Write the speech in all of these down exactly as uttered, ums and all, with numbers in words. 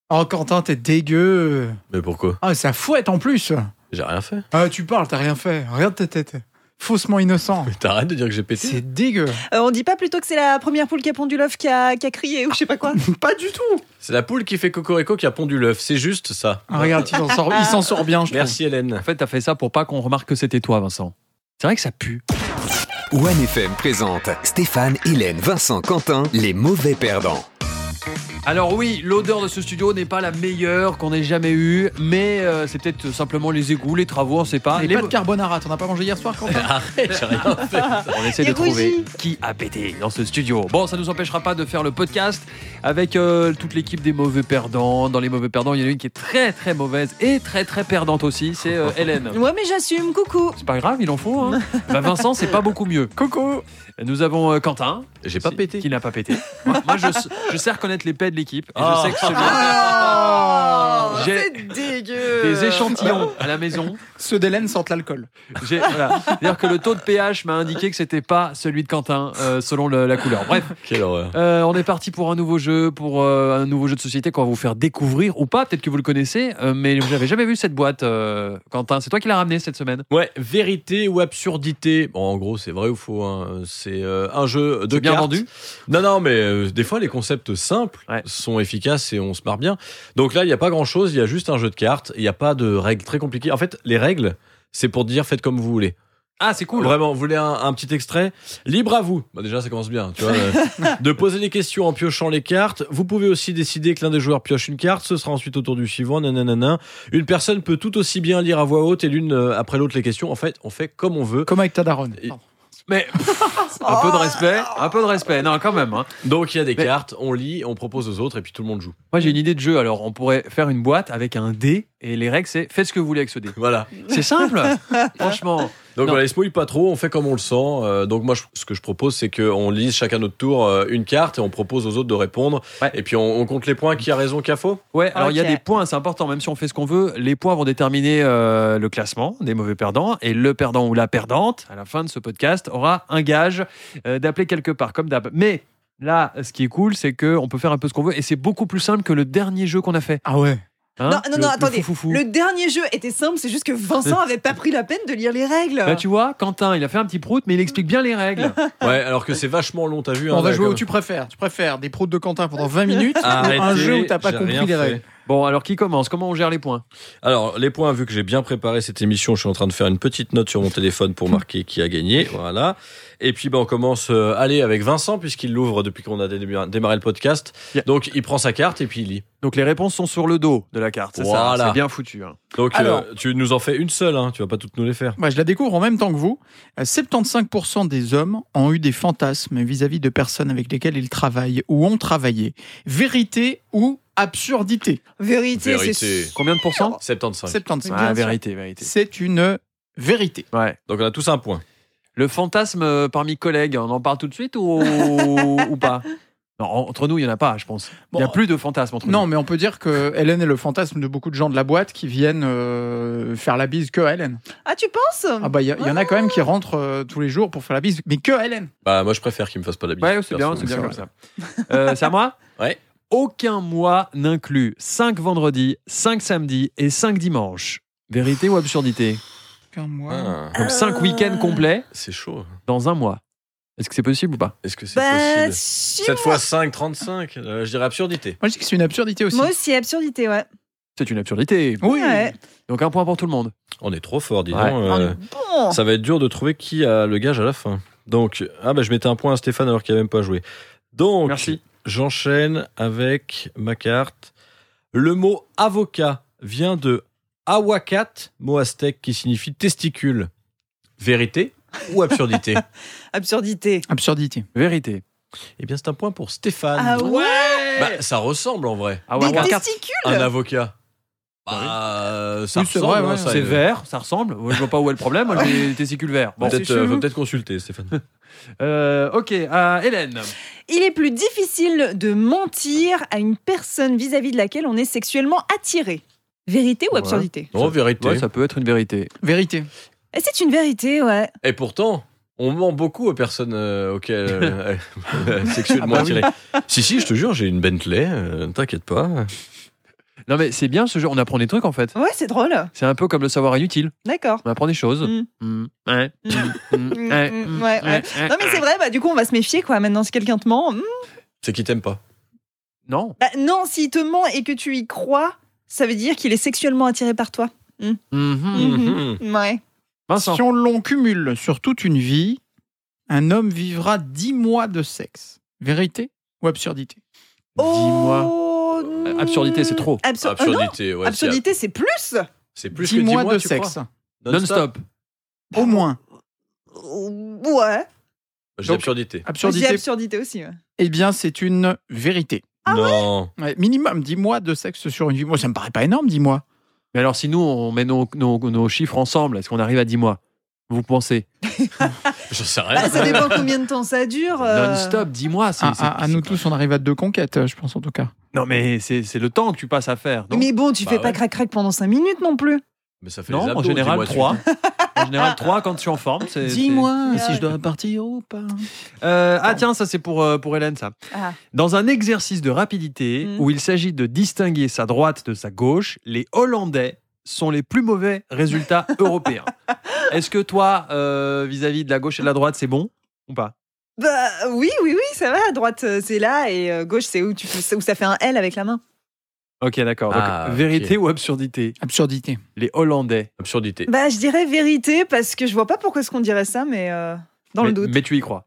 Oh, Quentin, t'es dégueu. Mais pourquoi ? Ah, ça fouette en plus. J'ai rien fait. Ah, tu parles, t'as rien fait. Regarde ta tête. Faussement innocent. Mais t'arrêtes de dire que j'ai pété. C'est dégueu. Euh, on dit pas plutôt que c'est la première poule qui a pondu l'œuf qui a, qui a crié ou je sais pas quoi. Pas du tout. C'est la poule qui fait cocorico qui a pondu l'œuf. C'est juste ça. Ah, regarde, il s'en sort, il s'en sort bien, je Merci Hélène. En fait, t'as fait ça pour pas qu'on remarque que c'était toi, Vincent. C'est vrai que ça pue. One F M présente Stéphane, Hélène, Vincent, Quentin, les mauvais perdants. Alors oui, l'odeur de ce studio n'est pas la meilleure qu'on ait jamais eue, mais euh, c'est peut-être simplement les égouts, les travaux, on sait pas. trouve. Les Les pâtes carbonara, t'en as pas mangé hier soir, Quentin? Arrête, j'ai rien fait. On essaie Et de trouver Rugy. qui a pété dans ce studio. Bon, ça nous empêchera pas de faire le podcast avec euh, toute l'équipe des mauvais perdants. Dans les mauvais perdants, il y en a une qui est très très mauvaise et très très perdante aussi, c'est euh, Hélène. Ouais, mais j'assume, coucou. C'est pas grave, il en faut. Hein. Bah, Vincent, c'est pas beaucoup mieux. Coucou. Nous avons euh, Quentin. J'ai pas qui- pété. Qui n'a pas pété. Moi, moi, je, je sais reconnaître les pets de l'équipe. Et Ah. je sais que celui Oh, J'ai c'est dégueu. des échantillons à la maison. Ceux d'Hélène sentent l'alcool. J'ai, voilà. C'est-à-dire que le taux de pH m'a indiqué que c'était pas celui de Quentin, euh, selon le- la couleur. Bref, Quelle horreur. euh, on est parti pour un nouveau jeu, pour euh, un nouveau jeu de société qu'on va vous faire découvrir ou pas. Peut-être que vous le connaissez, euh, mais vous n'avez jamais vu cette boîte, euh, Quentin. C'est toi qui l'as ramené cette semaine. Ouais, vérité ou absurdité. Bon, en gros, c'est vrai ou faux. Hein. C'est euh, un jeu de C'est bien cartes. vendu. Non, non, mais euh, des fois, les concepts simples Ouais. sont efficaces et on se marre bien. Donc là, il n'y a pas grand-chose. Il y a juste un jeu de cartes. Il n'y a pas de règles très compliquées. En fait, les règles, c'est pour dire faites comme vous voulez. Ah, c'est cool. Vraiment, vous voulez un, un petit extrait ? Libre à vous. Bah déjà, ça commence bien. Tu vois, euh, de poser des questions en piochant les cartes. Vous pouvez aussi décider que l'un des joueurs pioche une carte. Ce sera ensuite au tour du suivant. Nanana. Une personne peut tout aussi bien lire à voix haute et l'une euh, après l'autre les questions. En fait, on fait comme on veut. Comme avec ta daronne. Et- Pardon. Mais un peu de respect, un peu de respect. Non, quand même. Hein. Donc il y a des Mais- cartes, on lit, on propose aux autres et puis tout le monde joue. Moi, j'ai une idée de jeu. Alors, on pourrait faire une boîte avec un dé et les règles, c'est faites ce que vous voulez avec ce dé. Voilà. C'est simple. Franchement. Donc Non. voilà, il se mouille pas trop, on fait comme on le sent. Euh, donc moi, je- ce que je propose, c'est qu'on lise chacun notre tour euh, une carte et on propose aux autres de répondre. Ouais. Et puis on, on compte les points, qui a raison, qui a faux. Ouais, alors il y a Ok. des points, c'est important, même si on fait ce qu'on veut, les points vont déterminer euh, le classement des mauvais perdants, et le perdant ou la perdante, à la fin de ce podcast, aura un gage euh, d'appeler quelque part, comme d'hab. Mais là, ce qui est cool, c'est qu'on peut faire un peu ce qu'on veut, et c'est beaucoup plus simple que le dernier jeu qu'on a fait. Ah ouais. Hein, Non, non, le- non, le attendez. foufoufou. Le dernier jeu était simple, c'est juste que Vincent avait pas pris la peine de lire les règles. Bah, tu vois, Quentin, il a fait un petit prout, mais il explique bien les règles. Ouais, alors que c'est vachement long, t'as vu. On hein, va là, jouer au comme- tu préfères. Tu préfères des proutes de Quentin pendant vingt minutes ou Arrêtez, un jeu où t'as pas j'ai compris rien les fait. règles. Bon, alors qui commence? Comment on gère les points? Alors, les points, vu que j'ai bien préparé cette émission, je suis en train de faire une petite note sur mon téléphone pour marquer qui a gagné. Voilà. Et puis, bah, on commence euh, allez, avec Vincent, puisqu'il l'ouvre depuis qu'on a dé- démarré le podcast. Yeah. Donc, il prend sa carte et puis il lit. Donc les réponses sont sur le dos de la carte, c'est Voilà. ça? C'est bien foutu. Hein. Donc, Alors- euh, tu nous en fais une seule, hein, tu vas pas toutes nous les faire. Bah, je la découvre en même temps que vous. Euh, soixante-quinze pour cent des hommes ont eu des fantasmes vis-à-vis de personnes avec lesquelles ils travaillent ou ont travaillé. Vérité ou absurdité? Vérité, Vérité. c'est. Combien de pourcents? soixante-quinze. soixante-quinze. Ah, vérité, vérité. C'est une vérité. Ouais. Donc, on a tous un point. Le fantasme euh, parmi collègues, on en parle tout de suite ou, ou pas? Non, entre nous, il n'y en a pas, je pense. Il n'y a Bon. plus de fantasme entre Non, nous. mais on peut dire que Hélène est le fantasme de beaucoup de gens de la boîte qui viennent euh, faire la bise que à Hélène. Ah, tu penses? Ah bah il y, a- il y en a quand même qui rentrent euh, tous les jours pour faire la bise, mais que à Hélène. Bah, moi, je préfère qu'il me fasse pas la bise. Ouais, c'est bien, perso. c'est bien c'est comme vrai. ça. Euh, c'est à moi? Ouais. Aucun mois n'inclut cinq vendredis, cinq samedis et cinq dimanches. Vérité ou absurdité? Qu'un mois. Ah, Donc cinq week-ends complets c'est chaud. dans un mois. Est-ce que c'est possible ou pas? Est-ce que c'est Bah, possible si, sept moi- fois cinq, trente-cinq. Euh, je dirais absurdité. Moi je dis que c'est une absurdité aussi. Moi aussi, absurdité, ouais. C'est une absurdité. Oui. Ouais. Donc un point pour tout le monde. On est trop fort, dis Ouais. donc. On euh, est bon. Ça va être dur de trouver qui a le gage à la fin. Donc, ah bah je mettais un point à Stéphane alors qu'il n'a même pas joué. Donc, Merci. j'enchaîne avec ma carte. Le mot avocat vient de awakat, mot aztèque qui signifie testicule. Vérité ou absurdité? Absurdité. Absurdité. Vérité. Eh bien, c'est un point pour Stéphane. Ah ouais. Bah, ça ressemble en vrai. Ah Des ouais, ouais. testicules. Un avocat. Bah, ça Oui, c'est ressemble. vrai, ouais, hein, ça, C'est une- vert, ça ressemble. Moi, je vois pas où est le problème. Moi, j'ai des testicules verts. Bon, Peut-être, c'est euh, chelou. faut peut-être consulter, Stéphane. Euh, ok, à Hélène. Il est plus difficile de mentir à une personne vis-à-vis de laquelle on est sexuellement attiré. Vérité ou Ouais. absurdité? Non, vérité. Ouais, ça peut être une vérité. Vérité. Et c'est une vérité, ouais. Et pourtant, on ment beaucoup aux personnes euh, auxquelles euh, euh, sexuellement Ah bah oui. attirées. Si, si, je te jure, j'ai une Bentley, euh, ne t'inquiète pas. Non, mais c'est bien ce jeu. On apprend des trucs en fait. Ouais, c'est drôle. C'est un peu comme le savoir inutile. D'accord. On apprend des choses. Mm. Mm. Ouais. Mm. Mm. Mm, Ouais. mm, ouais, ouais. Non, mais c'est vrai, bah, du coup, on va se méfier, quoi. Maintenant, si quelqu'un te ment. mm. C'est qui t'aime pas. Non. Bah, non, s'il te ment et que tu y crois, ça veut dire qu'il est sexuellement attiré par toi. Mhm. Mhm. Ouais. Vincent. Si on l'on cumule sur toute une vie, un homme vivra dix mois de sexe. Vérité ou absurdité? Dis-moi. Oh, Euh, Absurdité, c'est trop. Absur- Ah non, Absurdité, ouais. absurdité, c'est plus. C'est, c'est plus dix que dix mois mois de tu sexe. crois Non-stop. Au moins. Ouais. J'ai Donc, absurdité. Je dis Absurdité. absurdité aussi. ouais. Eh bien, c'est une vérité. non. Ouais, minimum dix mois de sexe sur une vie. Moi, ça me paraît pas énorme, dix mois. Mais alors, si nous, on met nos, nos, nos chiffres ensemble, est-ce qu'on arrive à dix mois? Vous pensez? J'en sais rien. Bah, ça dépend combien de temps ça dure. euh. Non-stop, dix mois. c'est- À, c'est- à- à c'est nous pas- tous, on arrive à deux conquêtes, je pense en tout cas. Non, mais c'est c'est le temps que tu passes à faire. non Mais bon, tu Bah fais ouais. pas crac-crac pendant cinq minutes non plus. Mais ça fait Non, les en abdos, général, dis-moi, tu- trois. En général, trois quand je suis en forme. c'est- c'est- Dis-moi si je dois partir ou pas. Euh, ah tiens, ça c'est pour, euh, pour Hélène, ça. Ah. Dans un exercice de rapidité Mm. où il s'agit de distinguer sa droite de sa gauche, les Hollandais sont les plus mauvais résultats européens. Est-ce que toi, euh, vis-à-vis de la gauche et de la droite, c'est bon ou pas? Bah oui, oui, oui, ça va. À droite, euh, c'est là et euh, gauche, c'est où, tu fais- où ça fait un L avec la main. Ok, d'accord. Donc, Ah, ok. vérité ou absurdité? Absurdité. Les Hollandais. Absurdité. Bah, je dirais vérité parce que je vois pas pourquoi est-ce qu'on dirait ça, mais euh, dans mais, le doute. mais tu y crois.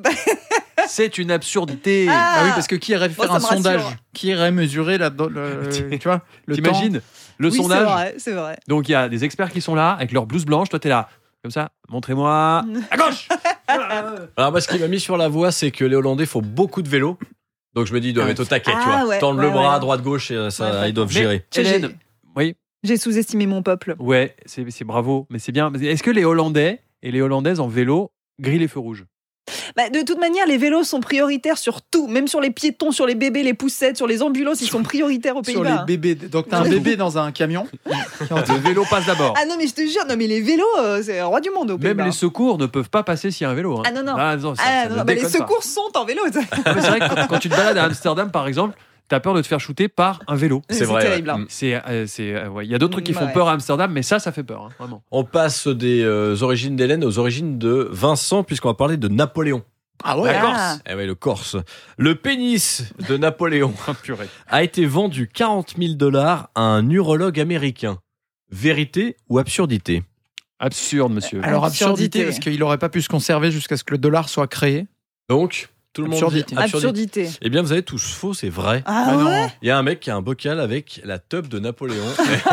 C'est une absurdité. Ah. Ah oui, parce que qui irait faire ça un me rassure. sondage? Qui irait mesurer la, le, tu vois, le temps? T'imagines le Oui, sondage? C'est vrai, c'est vrai. Donc il y a des experts qui sont là avec leur blouse blanche. Toi, t'es là. Comme ça, montrez-moi à gauche. Alors, moi, ce qui m'a mis sur la voie, c'est que les Hollandais font beaucoup de vélo. Donc, je me dis, ils doivent Ah. être au taquet, Ah, tu vois. ouais, Tendre ouais, le bras ouais. à droite, gauche, et ça, Ouais, ouais. ils doivent Mais- gérer. J'ai- Hélène. Oui. J'ai sous-estimé mon peuple. Ouais, c'est c'est bravo, mais c'est bien. Mais Est-ce que les Hollandais et les Hollandaises en vélo grillent les feux rouges? Bah, de toute manière, les vélos sont prioritaires sur tout, même sur les piétons, sur les bébés, les poussettes, sur les ambulances, ils sont prioritaires aux Sur Pays-Bas. les hein. bébés. Donc, t'as un bébé dans un camion. Le vélo passe d'abord. Ah non, mais je te jure, non, mais les vélos, euh, c'est le roi du monde aux Même Pays-Bas. les secours ne peuvent pas passer s'il y a un vélo. hein. Ah non, non. Ah, non, ça- Ah ça non, ne non, bah, les déconne pas. secours sont en vélo. ça. Ah, mais c'est vrai que quand, quand tu te balades à Amsterdam, par exemple, t'as peur de te faire shooter par un vélo. C'est vrai. terrible. ouais. hein. Mm. C'est, euh, c'est, euh, ouais. Il y a d'autres trucs qui Mm, font ouais. peur à Amsterdam, mais ça, ça fait peur, hein, vraiment. On passe des euh, origines d'Hélène aux origines de Vincent, puisqu'on va parler de Napoléon. Ah ouais. La Ah. Corse. Eh ouais, le Corse. Le pénis de Napoléon Purée. a été vendu quarante mille dollars à un urologue américain. Vérité ou absurdité? Absurde, monsieur. Alors, absurdité, Absurdité. parce qu'il n'aurait pas pu se conserver jusqu'à ce que le dollar soit créé. Donc, tout le monde Absurdité. dit Absurdité. Eh bien, vous avez tous faux, c'est vrai. Ah, Ah non. ouais. Il y a un mec qui a un bocal avec la teub de Napoléon.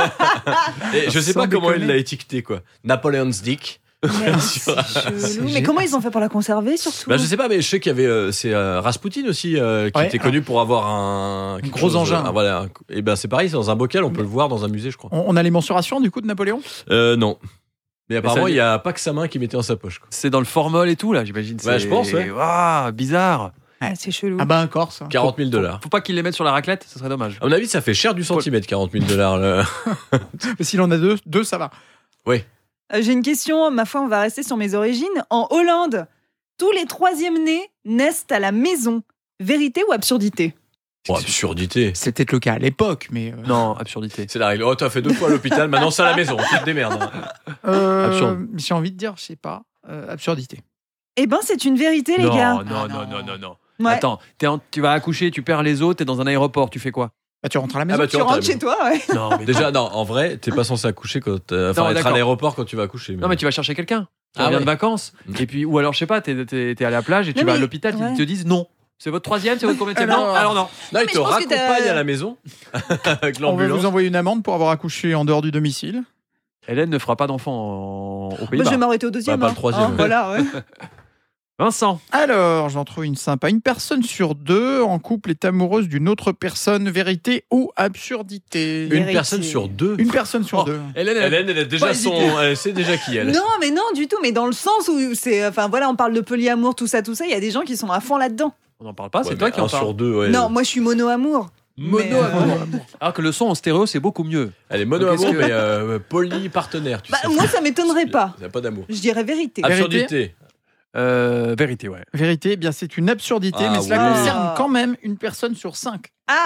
Et je sais Sans pas comment déconner. il l'a étiqueté, quoi. Napoléon's Dick. Mais c'est chelou. C'est Mais génial. comment ils ont fait pour la conserver surtout Bah, je sais pas, mais je sais qu'il y avait. euh, c'est euh, Rasputin aussi, euh, qui Ouais. était connu pour avoir un. quelque gros chose, engin. euh, voilà. Et ben, c'est pareil, c'est dans un bocal, on peut le voir dans un musée, je crois. On, on a les mensurations du coup de Napoléon? Euh, non. Mais apparemment, ça- il y a pas que sa main qui mettait dans sa poche, quoi. C'est dans le formol et tout, là, j'imagine. Ouais, c'est- je pense, ouais. Waouh, bizarre. Ah, c'est chelou. Ah bah un Corse. hein. quarante mille dollars. Faut pas qu'ils les mettent sur la raclette, ça serait dommage. À mon avis, ça fait cher du centimètre, quarante mille dollars. le- Mais s'il en a deux, deux ça va. Euh, J'ai une question, ma foi, on va rester sur mes origines. En Hollande, tous les troisièmes nés naissent à la maison. Vérité ou absurdité? Oh, absurdité. C'est peut-être le cas à l'époque, mais. euh, Non, absurdité. C'est la règle. Oh, t'as fait deux fois à l'hôpital, maintenant c'est à la maison, tu te démerdes. hein. euh, Absurde. J'ai envie de dire, je sais pas, euh, absurdité. Eh ben, c'est une vérité, les non, gars. non, Ah, non, non. non, non, non. Ouais. Attends, t'es en- tu vas accoucher, tu perds les os, t'es dans un aéroport, tu fais quoi? Bah, tu rentres à la Ah maison. bah, Tu rentres à la rentres chez maison. toi, ouais. Non, mais, Déjà, non, en vrai, t'es pas censé accoucher quand. euh, Enfin, Non, être à d'accord. l'aéroport quand tu vas accoucher. non, mais tu vas chercher quelqu'un qui Ah revient ouais. de vacances. Et puis, ou alors, je sais pas, t'es, t'es- t'es à la plage et tu Non, vas à mais- l'hôpital, ouais. ils te disent non. C'est votre troisième, c'est votre combien de Alors- Non, alors non. Non, mais il je te pense que t'as- raccompagne à la maison avec On va l'ambulance. vous envoyer une amende pour avoir accouché en dehors du domicile. Hélène ne fera pas d'enfant en- aux Moi, je Pays-Bas. vais m'arrêter au deuxième. Bah, pas hein. le troisième, Hein, ouais. Voilà, ouais. Vincent, Alors, j'en trouve une sympa. Une personne sur deux en couple est amoureuse d'une autre personne. Vérité ou absurdité? Une Vérité. personne sur deux. Une personne sur Oh. deux. Hélène, elle- Hélène, elle a déjà Pas son. hésiter. Elle sait déjà qui elle. Non, mais non, du tout. Mais dans le sens où c'est. Enfin, voilà, on parle de polyamour, tout ça, tout ça. Il y a des gens qui sont à fond là-dedans. on n'en parle pas, c'est Ouais, toi mais qui en un parle. sur deux, ouais. Non, moi, je suis mono-amour. Mono Mais, euh, amour. Alors que le son en stéréo, c'est beaucoup mieux. Elle est mono Qu'est-ce amour, que- mais euh, poly-partenaire, tu Bah, sais. moi, ça m'étonnerait pas. Il n'y a pas d'amour. Je dirais vérité. Ah, Absurdité. Euh, vérité, ouais. Vérité, eh bien c'est une absurdité, Ah mais cela oui. concerne quand même une personne sur cinq. Ah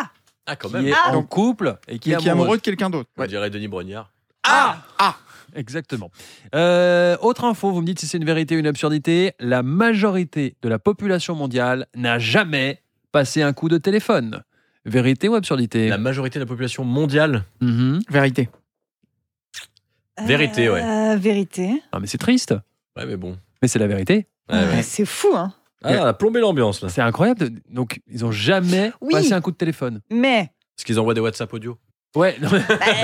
Ah, quand qui même. est Ah. en couple et qui Qui est est, qui est amoureux. amoureux de quelqu'un d'autre. On Ouais. dirait Denis Brognard. Ah Ah Exactement. Euh, autre info, vous me dites si c'est une vérité ou une absurdité. La majorité de la population mondiale n'a jamais passé un coup de téléphone. Vérité ou absurdité? La majorité de la population mondiale. Mhm. Vérité. Vérité, ouais. Euh, vérité. Ah, mais c'est triste. Ouais, mais bon. Mais c'est la vérité. Ouais, ouais. C'est fou, hein. Ah, on a plombé l'ambiance, là. C'est incroyable. de- Donc, ils ont jamais Oui. passé un coup de téléphone. Mais. Parce qu'ils envoient des WhatsApp audio. Ouais. Non, mais...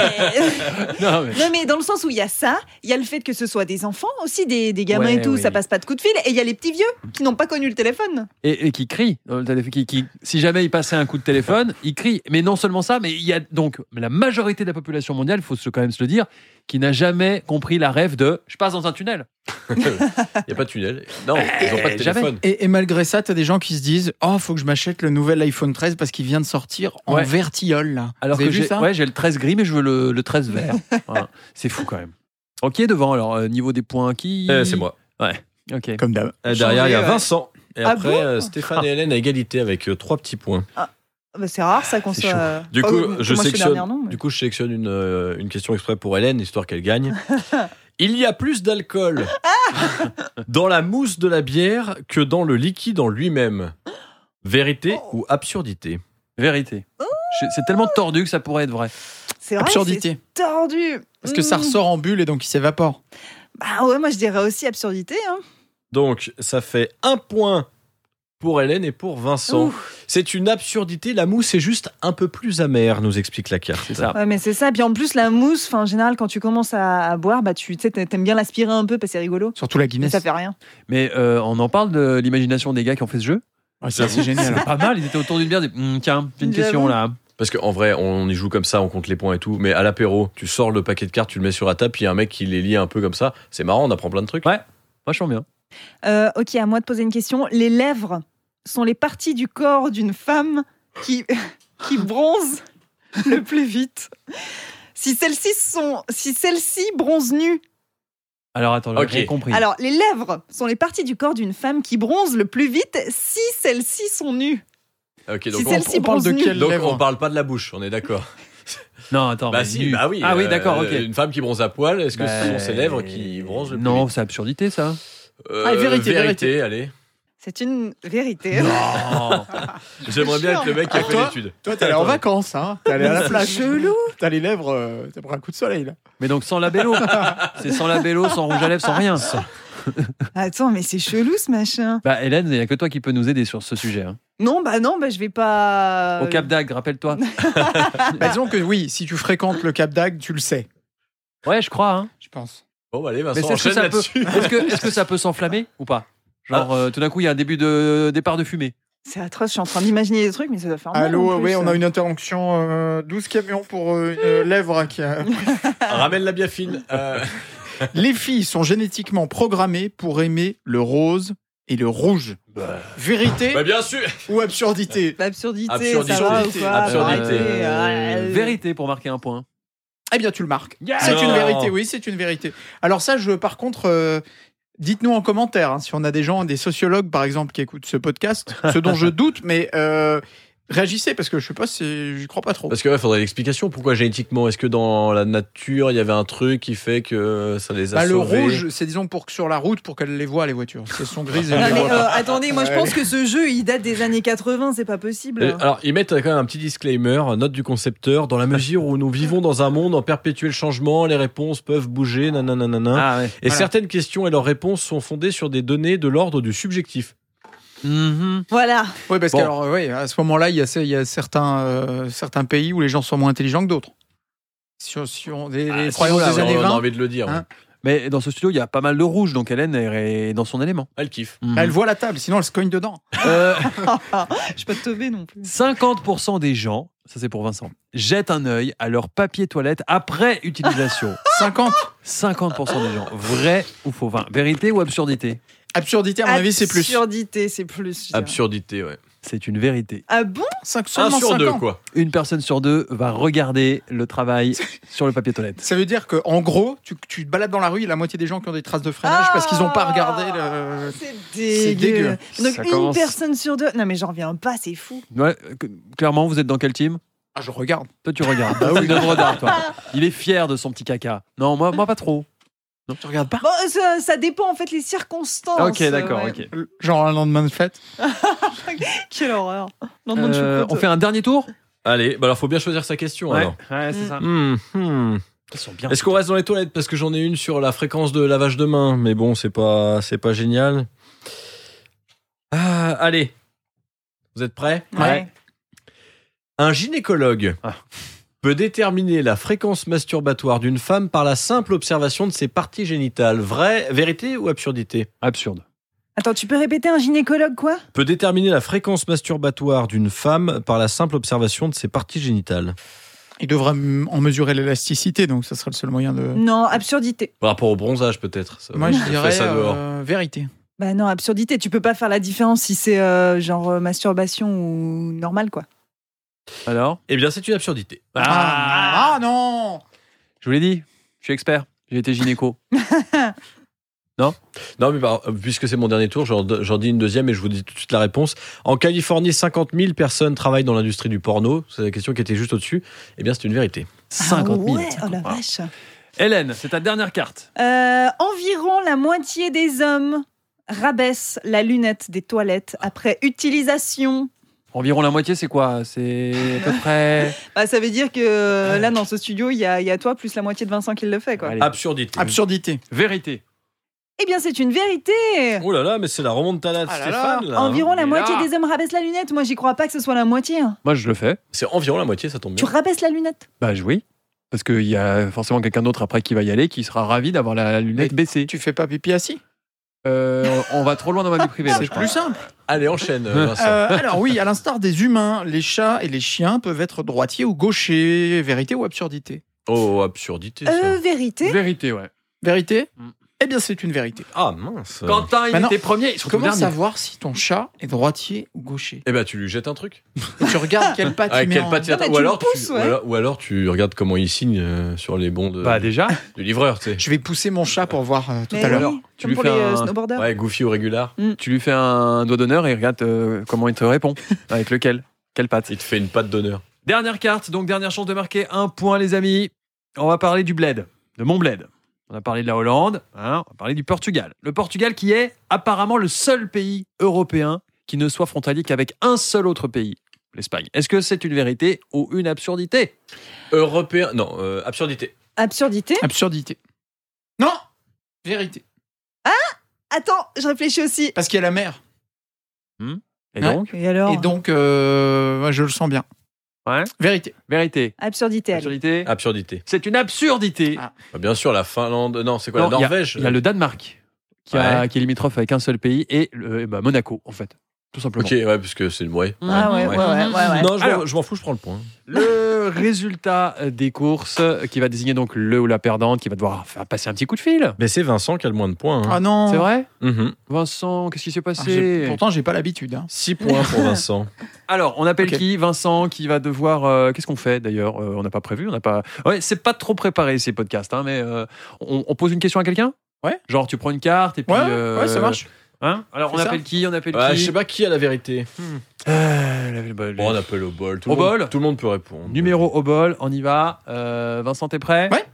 bah, non, mais- Non, mais dans le sens où il y a ça, il y a le fait que ce soit des enfants aussi, des, des gamins Ouais, et tout, oui. ça passe pas de coup de fil. Et il y a les petits vieux qui n'ont pas connu le téléphone. Et, et qui crient. dans le téléphone, qui, qui- si jamais ils passaient un coup de téléphone, ils crient. Mais non seulement ça, mais il y a donc la majorité de la population mondiale, il faut se- quand même se le dire, qui n'a jamais compris la rêve de je passe dans un tunnel. Il n'y a pas de tunnel. Non, ils n'ont pas de jamais. téléphone. Et, et malgré ça, t'as des gens qui se disent oh, faut que je m'achète le nouvel iPhone treize parce qu'il vient de sortir en Ouais. vertiol là. Alors Vous que avez vu j'ai ça ouais, j'ai le treize gris, mais je veux le, le treize vert. Voilà. C'est fou quand même. Ok, devant, alors, euh, niveau des points, qui Euh, c'est moi. Ok. Comme d'hab. Euh, Derrière, il y a ouais. Vincent. Et Ah après, bon euh, Stéphane et Hélène à égalité avec euh, trois petits points. Bah, c'est rare ça qu'on C'est soit. chaud. euh, Du oh, coup, moi, je suis sélectionne, dernière, non, mais- du coup, je sélectionne une, euh, une question exprès pour Hélène, histoire qu'elle gagne. Il y a plus d'alcool dans la mousse de la bière que dans le liquide en lui-même. Vérité Oh. ou absurdité? Vérité. Je- C'est tellement tordu que ça pourrait être vrai. C'est vrai, Absurdité. c'est tordu. Parce que ça Hmm. ressort en bulle et donc il s'évapore. Bah ouais, moi je dirais aussi absurdité. Hein. Donc, ça fait un point pour Hélène et pour Vincent. Ouh. C'est une absurdité. La mousse est juste un peu plus amère, nous explique la carte. C'est ça. Ouais, mais c'est ça. Puis en plus, la mousse, enfin, en général, quand tu commences à, à boire, bah, tu tu sais, t'aimes bien l'aspirer un peu parce que c'est rigolo. Surtout la Mais Guinness. ça fait rien. Mais euh, on en parle de l'imagination des gars qui ont fait ce jeu. Ouais, ça, c'est génial. C'est pas mal, ils étaient autour d'une bière, ils disaient, Hum, tiens, j'ai une J'avoue. question là. Parce qu'en vrai, on y joue comme ça, on compte les points et tout. Mais à l'apéro, tu sors le paquet de cartes, tu le mets sur la table, puis il y a un mec qui les lit un peu comme ça. C'est marrant, on apprend plein de trucs. Ouais. Vachement bien. Euh, ok, à moi de poser une question. Les lèvres sont les parties du corps d'une femme qui, qui bronze le plus vite. Si celles-ci sont, si celles-ci bronzent nues. Alors attends, j'ai Ok. rien compris. Alors, les lèvres sont les parties du corps d'une femme qui bronze le plus vite si celles-ci sont nues. Ok, Si donc, on, celle-ci on parle de bronze quelle nue. donc lèvres on parle pas de la bouche, on est d'accord. non, attends. Bah mais si, nu. bah oui. Ah oui, euh, d'accord, ok. Une femme qui bronze à poil, est-ce que ce sont Bah, ses lèvres qui bronzent le plus Non, vite c'est absurdité ça. Euh, Ah, vérité, vérité. allez. C'est une vérité. Non. J'aimerais bien être le mec qui a fait Toi l'étude. Toi, t'es allé en Attends. vacances, hein. T'es allé à la C'est plage. chelou. T'as les lèvres, euh, t'as pris un coup de soleil là. Mais donc sans labello. C'est sans labello, sans rouge à lèvres, sans rien. Attends, mais c'est chelou ce machin. Bah Hélène, il n'y a que toi qui peux nous aider sur ce sujet. hein. Non, bah non, bah je vais pas. Au Cap d'Agde, rappelle-toi. Bah, disons que oui, si tu fréquentes le Cap d'Agde, tu le sais, Ouais, je crois. Hein. je pense. Bon, bah allez, Mais Vincent, est-ce que, enchaîne ça peut... là-dessus. est-ce, que, est-ce que ça peut s'enflammer ou pas Genre, euh, tout d'un coup, il y a un début de départ de fumée. C'est atroce, je suis en train d'imaginer des trucs, mais ça doit faire mal. Allô, en plus. oui, on a une interruption. euh, douze camions pour euh, une lèvre qui a. Ramène la biafine. Euh, Les filles sont génétiquement programmées pour aimer le rose et le rouge. Vérité bah bien sûr. ou absurdité? L'absurdité, Absurdité. ça va ou quoi Absurdité. Arrêtez, Euh, euh, vérité pour marquer un point. Eh bien, tu le marques. Yeah C'est une Non. vérité, oui, c'est une vérité. Alors ça, je, par contre, euh, dites-nous en commentaire hein, si on a des gens, des sociologues par exemple, qui écoutent ce podcast, ce dont je doute, mais euh, réagissez parce que je sais pas, si, j'y crois pas trop. Parce que ouais, faudrait l'explication. Pourquoi génétiquement? Est-ce que dans la nature, il y avait un truc qui fait que ça les a Bah, le sauvés? rouge, c'est disons pour que sur la route, pour qu'elles les voient les voitures. Elles sont grises et Non, elles les mais voient euh, pas. attendez, moi je pense que ce jeu il date des années quatre-vingts, c'est pas possible. Et alors, ils mettent quand même un petit disclaimer, note du concepteur, dans la mesure où nous vivons dans un monde en perpétuel changement, les réponses peuvent bouger, nanana. Ah ouais. Et Voilà. certaines questions et leurs réponses sont fondées sur des données de l'ordre du subjectif. Mhm. Voilà. Oui, parce Bon. que alors, ouais, à ce moment-là, il y a, il y a certains, euh, certains pays où les gens sont moins intelligents que d'autres. Sur, sur des, les Ah, croyances si, des on- années on a vingt, envie de le dire. Hein. Mais dans ce studio, il y a pas mal de rouge, donc Hélène est dans son élément. Elle kiffe. Mhm. bah, elle voit la table, sinon elle se cogne dedans. Euh, Je suis pas teubé non plus. cinquante pour cent des gens, ça c'est pour Vincent, jettent un œil à leur papier toilette après utilisation. cinquante cinquante pour cent des gens. Vrai ou faux? Enfin, vérité ou absurdité? Absurdité, à mon avis, c'est plus. Absurdité, c'est plus. je dirais. Absurdité, ouais. C'est une vérité. Ah bon? Cinq- Un seulement sur deux, cinquante. quoi. Une personne sur deux va regarder le travail sur le papier toilette. Ça veut dire qu'en gros, tu, tu te balades dans la rue, il y a la moitié des gens qui ont des traces de freinage parce qu'ils n'ont pas regardé le. C'est C'est dégueu. dégueu. Donc Ça une commence- personne sur deux. Non mais j'en reviens pas, c'est fou. Ouais, que- clairement, vous êtes dans quel team? Ah, je regarde. Toi, tu regardes. Ah oui, une œuvre d'art, toi. Il est fier de son petit caca. Non, moi, moi pas trop. Non, tu regardes pas. Bon, ça, ça dépend en fait les circonstances. Ok, d'accord, Ouais. ok. Genre un lendemain de fête. Quelle horreur. Lendemain de Euh, choucroute. on fait un dernier tour. Allez, bah alors faut bien choisir sa question. Ouais, alors. ouais, c'est Mm. ça. Hmm, hmm. Ils sont bien. Est-ce qu'on reste dans les toilettes parce que j'en ai une sur la fréquence de lavage de main, mais bon, c'est pas, c'est pas génial. Ah, allez, vous êtes prêts? Ouais. Un gynécologue Ah. peut déterminer la fréquence masturbatoire d'une femme par la simple observation de ses parties génitales. Vrai, vérité ou absurdité? Absurde. Attends, tu peux répéter un gynécologue quoi? Peut déterminer la fréquence masturbatoire d'une femme par la simple observation de ses parties génitales. Il devra m- en mesurer l'élasticité, donc ça sera le seul moyen de. Non, absurdité. Par rapport au bronzage, peut-être. Ça- Moi, je on fait dirais ça dehors. euh, vérité. Bah non, absurdité. Tu peux pas faire la différence si c'est euh, genre euh, masturbation ou normal quoi. Alors Eh bien, c'est une absurdité. Ah, ah non Je vous l'ai dit, je suis expert. J'ai été gynéco. Non, mais par- puisque c'est mon dernier tour, j'en, j'en dis une deuxième et je vous dis tout de suite la réponse. En Californie, cinquante mille personnes travaillent dans l'industrie du porno. C'est la question qui était juste au-dessus. Eh bien, c'est une vérité. cinquante mille. Ah ouais, oh la Wow. vache. Hélène, c'est ta dernière carte. Euh, environ la moitié des hommes rabaissent la lunette des toilettes après utilisation. Environ la moitié, c'est quoi? C'est à peu près. Bah, ça veut dire que euh, là, dans ce studio, il y a, il y a toi plus la moitié de Vincent qui le fait. Quoi. Allez. Absurdité. Absurdité. Vérité. Eh bien, c'est une vérité. Oh là là, mais c'est la remontada de Ah là Stéphane. là. là, hein. Environ la Et moitié là- des hommes rabaissent la lunette. Moi, j'y crois pas que ce soit la moitié. hein. Moi, je le fais. C'est environ la moitié, ça tombe Tu bien. rabaisses la lunette. Bah oui. Parce qu'il y a forcément quelqu'un d'autre après qui va y aller qui sera ravi d'avoir la lunette baissée. Tu fais pas pipi assis? Euh, on va trop loin dans ma vie privée. là, C'est je crois. plus simple. Allez, enchaîne, euh, Vincent. Euh, alors oui, à l'instar des humains, les chats et les chiens peuvent être droitiers ou gauchers. Vérité ou absurdité? Oh, absurdité, ça. Euh, vérité. Vérité, ouais. Vérité? Mm. Eh bien, c'est une vérité. Ah, mince. Quentin, il Maintenant, était premier. Ils sont Comment derniers. savoir si ton chat est droitier ou gaucher? Eh ben, tu lui jettes un truc. Et tu regardes quelle patte Ah, il met quelle en- patte il Non, mais attend. tu ou, le alors pousses, tu, ouais. ou, alors, ou alors tu regardes comment il signe euh, sur les bons de, Bah déjà. du livreur, tu sais. Je vais pousser mon chat pour voir euh, tout Mais à l'heure. oui, Tu comme lui pour fais les euh, un- snowboarders. Ouais, Goofy ou régular. Tu lui fais un doigt d'honneur et regarde euh, comment il te répond. Avec lequel? Quelle patte? Il te fait une patte d'honneur. Dernière carte, donc dernière chance de marquer un point, les amis. On va parler du bled, de mon bled. On a parlé de la Hollande, hein, on va parler du Portugal. Le Portugal qui est apparemment le seul pays européen qui ne soit frontalier qu'avec un seul autre pays, l'Espagne. Est-ce que c'est une vérité ou une absurdité? Européen. Non, euh, absurdité. Absurdité. Absurdité. Non! Vérité. Attends, je réfléchis aussi. Parce qu'il y a la mer. Et Ouais. donc Et alors Et donc, euh, moi, je le sens bien. Ouais. Vérité. Vérité. Absurdité. allez. Absurdité. Absurdité. C'est une absurdité. Ah. Bah, bien sûr, la Finlande. Non, c'est quoi Non, la il y a- Norvège Il y a le Danemark qui, a- Ouais. qui est limitrophe avec un seul pays et le- bah, Monaco, en fait. Tout simplement. Ok, ouais, parce que c'est le ouais. Ah ouais, ouais, ouais, ouais, ouais. Non, je Alors- m'en- je m'en fous, je prends le point. Le résultat des courses euh, qui va désigner donc le ou la perdante qui va devoir faire passer un petit coup de fil. Mais c'est Vincent qui a le moins de points. hein. Ah non! C'est vrai Mhm. Vincent, qu'est-ce qui s'est Ah, j'ai- passé? Pourtant, j'ai pas l'habitude. hein. six points pour Vincent. Alors, on appelle Ok. qui? Vincent qui va devoir. euh, Qu'est-ce qu'on fait d'ailleurs? Euh, On n'a pas prévu, on n'a pas. Ouais, c'est pas trop préparé ces podcasts, hein, mais euh, on, on pose une question à quelqu'un? Ouais. Genre, tu prends une carte et puis. Ouais, euh, ouais, ça marche. Hein Alors, on Fais ça. appelle qui? On appelle Ouais, qui? je sais pas qui a la vérité. Euh, la- bah, Bon, on appelle au bol. Tout Au le monde- bol Tout le monde peut répondre. Numéro au bol, on y va. Euh, Vincent, t'es prêt? Ouais.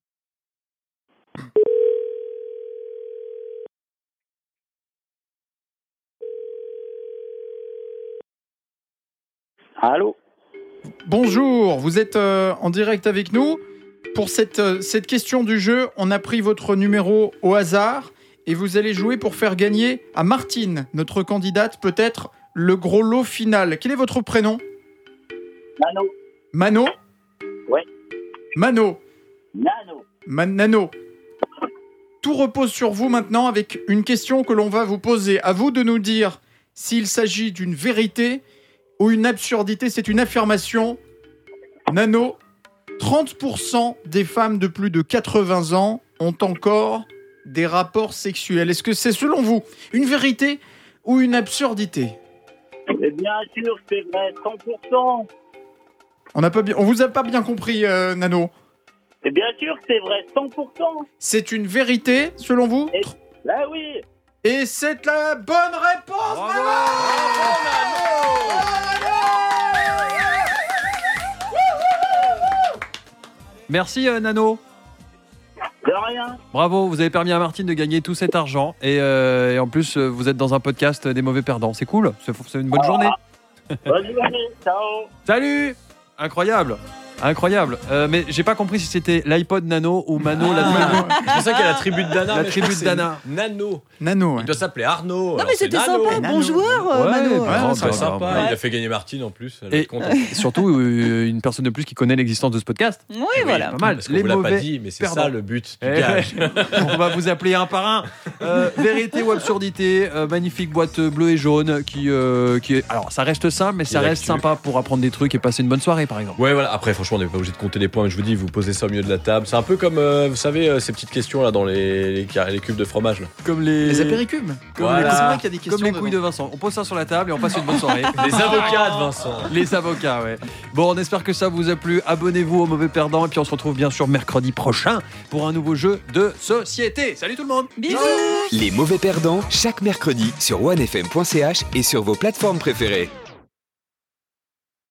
Allô? Bonjour, vous êtes euh, en direct avec nous. Pour cette, euh, cette question du jeu, on a pris votre numéro au hasard et vous allez jouer pour faire gagner à Martine, notre candidate, peut-être le gros lot final. Quel est votre prénom? Nano. Mano? Ouais. Mano. Nano. Man- Nano. Tout repose sur vous maintenant avec une question que l'on va vous poser. À vous de nous dire s'il s'agit d'une vérité ou une absurdité. C'est une affirmation. Nano, trente pour cent des femmes de plus de quatre-vingts ans ont encore des rapports sexuels. Est-ce que c'est selon vous une vérité ou une absurdité? Et bien sûr, c'est vrai, cent pour cent. On n'a pas bien, on vous a pas bien compris, euh, Nano. Et bien sûr que c'est vrai, cent pour cent. C'est une vérité selon vous? Et- Bah oui. Et c'est la bonne réponse. Bravo. Nano. Merci euh, Nano. De rien. Bravo, vous avez permis à Martine de gagner tout cet argent. Et, euh, et en plus, euh, vous êtes dans un podcast des mauvais perdants. C'est cool, c'est, c'est une bonne journée. Bonne journée. Ciao. Salut. Incroyable. Incroyable. Euh, mais j'ai pas compris si c'était l'iPod Nano ou Mano la tribu. C'est pour ça qu'il y a la tribu de Dana. La mais je tribu crois de que Dana. c'est Nano. Nano, ouais. Il doit s'appeler Arnaud. Non, alors mais c'est c'était Nano. sympa, Nano. bon joueur, euh, Ouais, Mano. bah, Ouais, bah, c'est C'est bah, sympa. bah. Il a fait gagner Martine en plus. Elle Et- est contente. Surtout euh, une personne de plus qui connaît l'existence de ce podcast. Oui, voilà. Pas mal. Parce qu'on vous l'a pas dit, mais c'est perdants. ça le but du Eh, gage. On va vous appeler un par un. Euh, vérité ou absurdité, euh, magnifique boîte bleue et jaune qui, euh, qui est. Alors ça reste simple, mais ça Qui est reste l'actu. sympa pour apprendre des trucs et passer une bonne soirée par exemple. Ouais, voilà. Après, franchement, on n'est pas obligé de compter les points, mais je vous dis, vous posez ça au milieu de la table. C'est un peu comme, euh, vous savez, euh, ces petites questions là dans les, les, car- les cubes de fromage. Là. Comme les. Les apéricubes. Voilà. C'est vrai qu'il y a des questions. Comme les couilles de dedans. Vincent. On pose ça sur la table et on passe une bonne soirée. Les avocats de Vincent. Les avocats, ouais. Bon, on espère que ça vous a plu. Abonnez-vous au Mauvais Perdant et puis on se retrouve bien sûr mercredi prochain pour un nouveau jeu de société. Salut tout le monde. Bisous. Les mauvais perdants, chaque mercredi sur one f m point c h et sur vos plateformes préférées.